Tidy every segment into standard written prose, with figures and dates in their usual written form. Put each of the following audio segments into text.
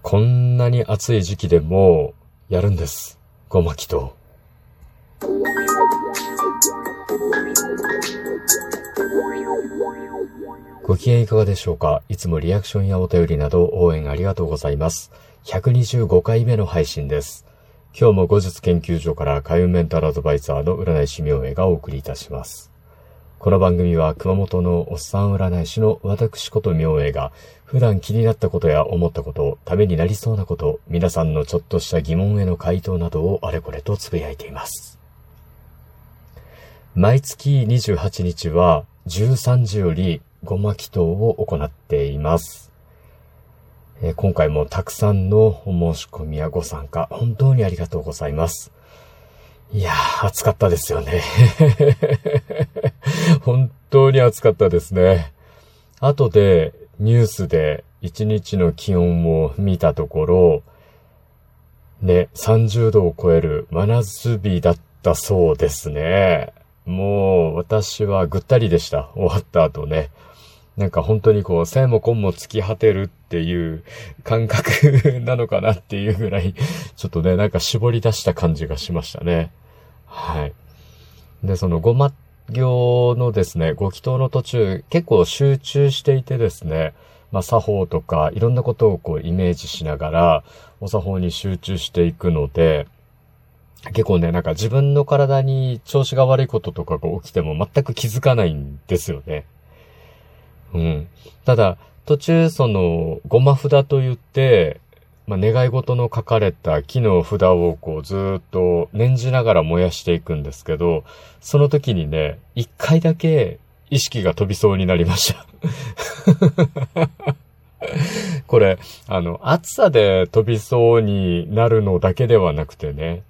こんなに暑い時期でもやるんです。ごま祈祷。ご機嫌いかがでしょうか。いつもリアクションやお便りなど応援ありがとうございます。125回目の配信です。今日も後日研究所から開運メンタルアドバイザーの占い師明恵がお送りいたします。この番組は熊本のおっさん占い師の私こと明恵が普段気になったことや思ったこと、ためになりそうなこと、皆さんのちょっとした疑問への回答などをあれこれとつぶやいています。毎月28日は13時よりごま祈祷を行っています。今回もたくさんのお申し込みやご参加、本当にありがとうございます。いやー、暑かったですよね。本当に暑かったですね。後でニュースで1日の気温を見たところ、ね、30度を超える真夏日だったそうですね。もう私はぐったりでした。終わった後ね。なんか本当にこう、生も根も尽き果てるっていう感覚なのかなっていうぐらい、ちょっとね、なんか絞り出した感じがしましたね。はい。で、そのごま行のですね、ご祈祷の途中、結構集中していてですね、作法とかいろんなことをこうイメージしながら、お作法に集中していくので、結構ね、なんか自分の体に調子が悪いこととかが起きても全く気づかないんですよね。ただ、途中ごま札と言って、願い事の書かれた木の札をこうずーっと念じながら燃やしていくんですけど、その時にね、一回だけ意識が飛びそうになりました。これ、暑さで飛びそうになるのだけではなくてね、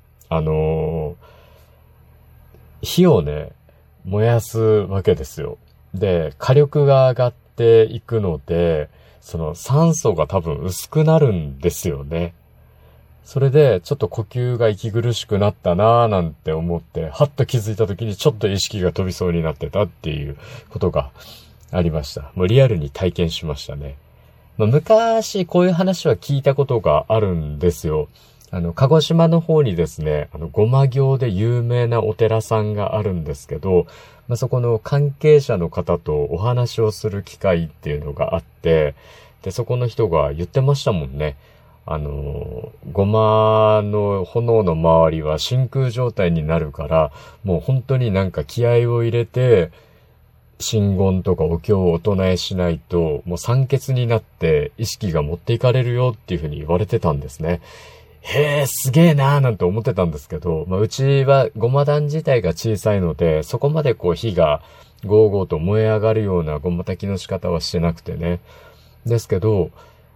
火をね、燃やすわけですよ。で、火力が上がっていくので、その酸素が多分薄くなるんですよね。それで、ちょっと呼吸が息苦しくなったなーなんて思って、はっと気づいた時にちょっと意識が飛びそうになってたっていうことがありました。もうリアルに体験しましたね。昔こういう話は聞いたことがあるんですよ。鹿児島の方にですね、ごま行で有名なお寺さんがあるんですけど、そこの関係者の方とお話をする機会っていうのがあって、で、そこの人が言ってましたもんね。ごまの炎の周りは真空状態になるから、もう本当になんか気合を入れて、真言とかお経をお唱えしないと、もう酸欠になって意識が持っていかれるよっていうふうに言われてたんですね。へえ、すげえなーなんて思ってたんですけど、うちはごま壇自体が小さいので、そこまでこう火がゴーゴーと燃え上がるようなごま炊きの仕方はしてなくてね。ですけど、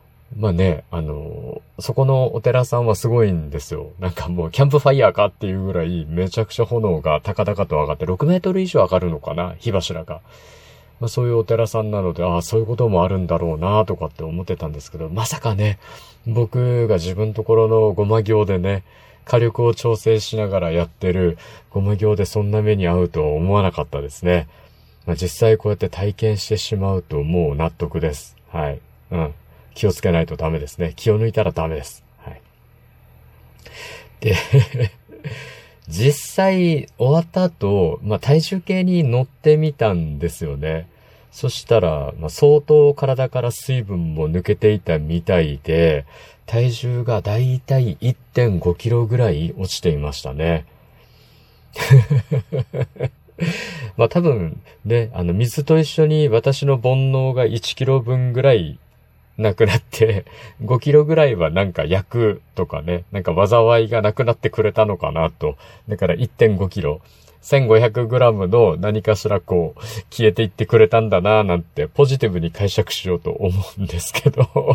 そこのお寺さんはすごいんですよ。なんかもうキャンプファイヤーかっていうぐらいめちゃくちゃ炎が高々と上がって6メートル以上上がるのかな、火柱が。そういうお寺さんなので、そういうこともあるんだろうなとかって思ってたんですけど、まさかね、僕が自分のところのごま行でね、火力を調整しながらやってるごま行でそんな目に遭うとは思わなかったですね。実際こうやって体験してしまうともう納得です。はい。気をつけないとダメですね。気を抜いたらダメです。はい。で、実際終わった後、体重計に乗ってみたんですよね。そしたら、相当体から水分も抜けていたみたいで、体重がだいたい 1.5 キロぐらい落ちていましたね。多分ね、水と一緒に私の煩悩が1キロ分ぐらいなくなって、5キロぐらいはなんか役とかね、なんか災いがなくなってくれたのかなと。だから 1.5 キロ。1500グラムの何かしらこう消えていってくれたんだなぁなんてポジティブに解釈しようと思うんですけど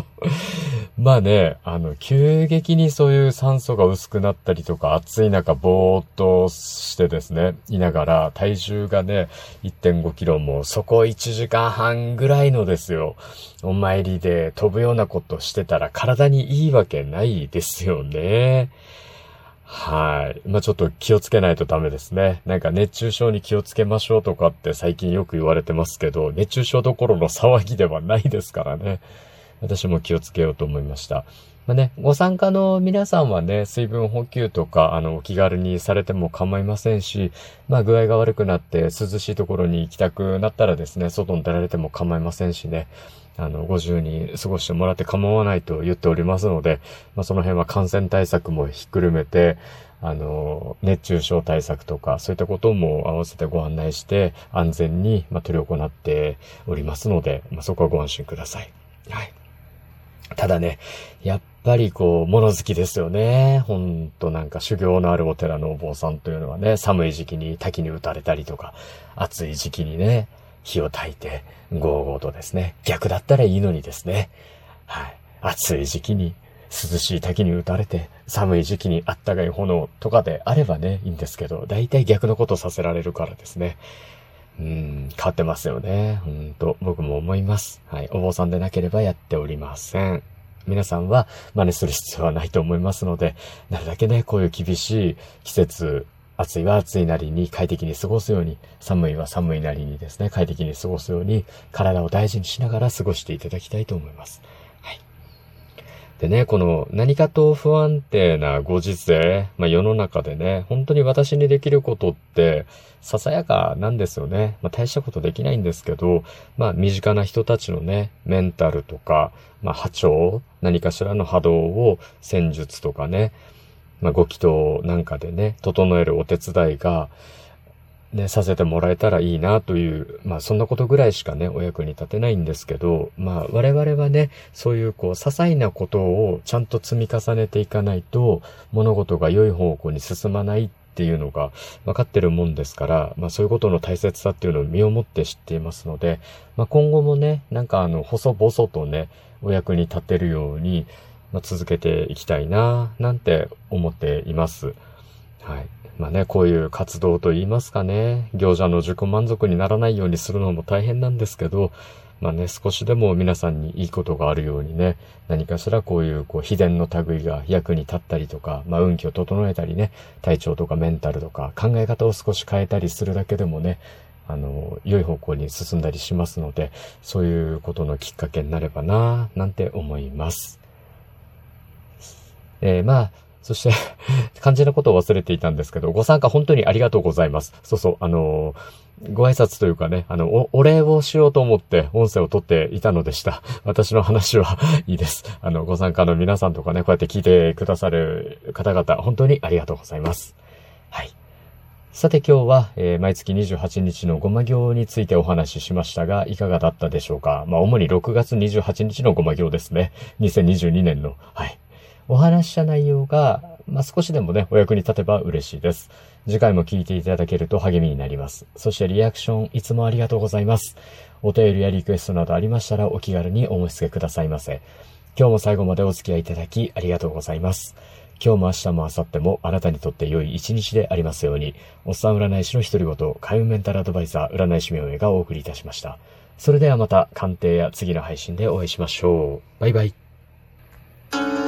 急激にそういう酸素が薄くなったりとか暑い中ぼーっとしてですね、いながら体重がね 1.5 キロもそこ1時間半ぐらいのですよ、お参りで飛ぶようなことしてたら体にいいわけないですよね。はい。ちょっと気をつけないとダメですね。なんか熱中症に気をつけましょうとかって最近よく言われてますけど、熱中症どころの騒ぎではないですからね。 私も気をつけようと思いました。まあね、ご参加の皆さんはね、水分補給とか、お気軽にされても構いませんし、まあ具合が悪くなって涼しいところに行きたくなったらですね、外に出られても構いませんしね、ご自由に過ごしてもらって構わないと言っておりますので、まあその辺は感染対策もひっくるめて、熱中症対策とか、そういったことも合わせてご案内して、安全に、執り行っておりますので、そこはご安心ください。はい。ただね、やっぱり物好きですよね。ほんとなんか修行のあるお寺のお坊さんというのはね、寒い時期に滝に打たれたりとか、暑い時期にね、火を焚いて、ゴーゴーとですね、逆だったらいいのにですね。はい。暑い時期に涼しい滝に打たれて、寒い時期にあったかい炎とかであればね、いいんですけど、だいたい逆のことさせられるからですね。変わってますよね。僕も思います。はい。お坊さんでなければやっておりません。皆さんは真似する必要はないと思いますので、なるだけね、こういう厳しい季節、暑いは暑いなりに快適に過ごすように、寒いは寒いなりにですね、快適に過ごすように、体を大事にしながら過ごしていただきたいと思います。はい。でね、この何かと不安定なご時世、世の中でね、本当に私にできることって、ささやかなんですよね。大したことできないんですけど、身近な人たちのね、メンタルとか、波長、何かしらの波動を戦術とかね、ご祈祷なんかでね、整えるお手伝いが、ね、させてもらえたらいいなという、そんなことぐらいしかね、お役に立てないんですけど、我々はね、そういう些細なことをちゃんと積み重ねていかないと、物事が良い方向に進まないっていうのが分かってるもんですから、そういうことの大切さっていうのを身をもって知っていますので、今後もね、細々とね、お役に立てるように、続けていきたいな、なんて思っています。はい。こういう活動といいますかね、行者の自己満足にならないようにするのも大変なんですけど、少しでも皆さんにいいことがあるようにね、何かしらこういう秘伝の類が役に立ったりとか、運気を整えたりね、体調とかメンタルとか考え方を少し変えたりするだけでもね、良い方向に進んだりしますので、そういうことのきっかけになればな、なんて思います。そして肝心なことを忘れていたんですけど、ご参加本当にありがとうございます。そうそう、ご挨拶というかね、お礼をしようと思って音声を取っていたのでした。私の話はいいです。ご参加の皆さんとかね、こうやって聞いてくださる方々、本当にありがとうございます。はい。さて今日は、毎月28日のごま行についてお話ししましたが、いかがだったでしょうか。主に6月28日のごま行ですね。2022年の。はい。お話しした内容が、少しでもね、お役に立てば嬉しいです。次回も聞いていただけると励みになります。そしてリアクションいつもありがとうございます。お便りやリクエストなどありましたらお気軽にお申し付けくださいませ。今日も最後までお付き合いいただきありがとうございます。今日も明日も明後日もあなたにとって良い一日でありますように、おっさん占い師の独り言、開運メンタルアドバイザー占い師明恵がお送りいたしました。それではまた鑑定や次の配信でお会いしましょう。バイバイ。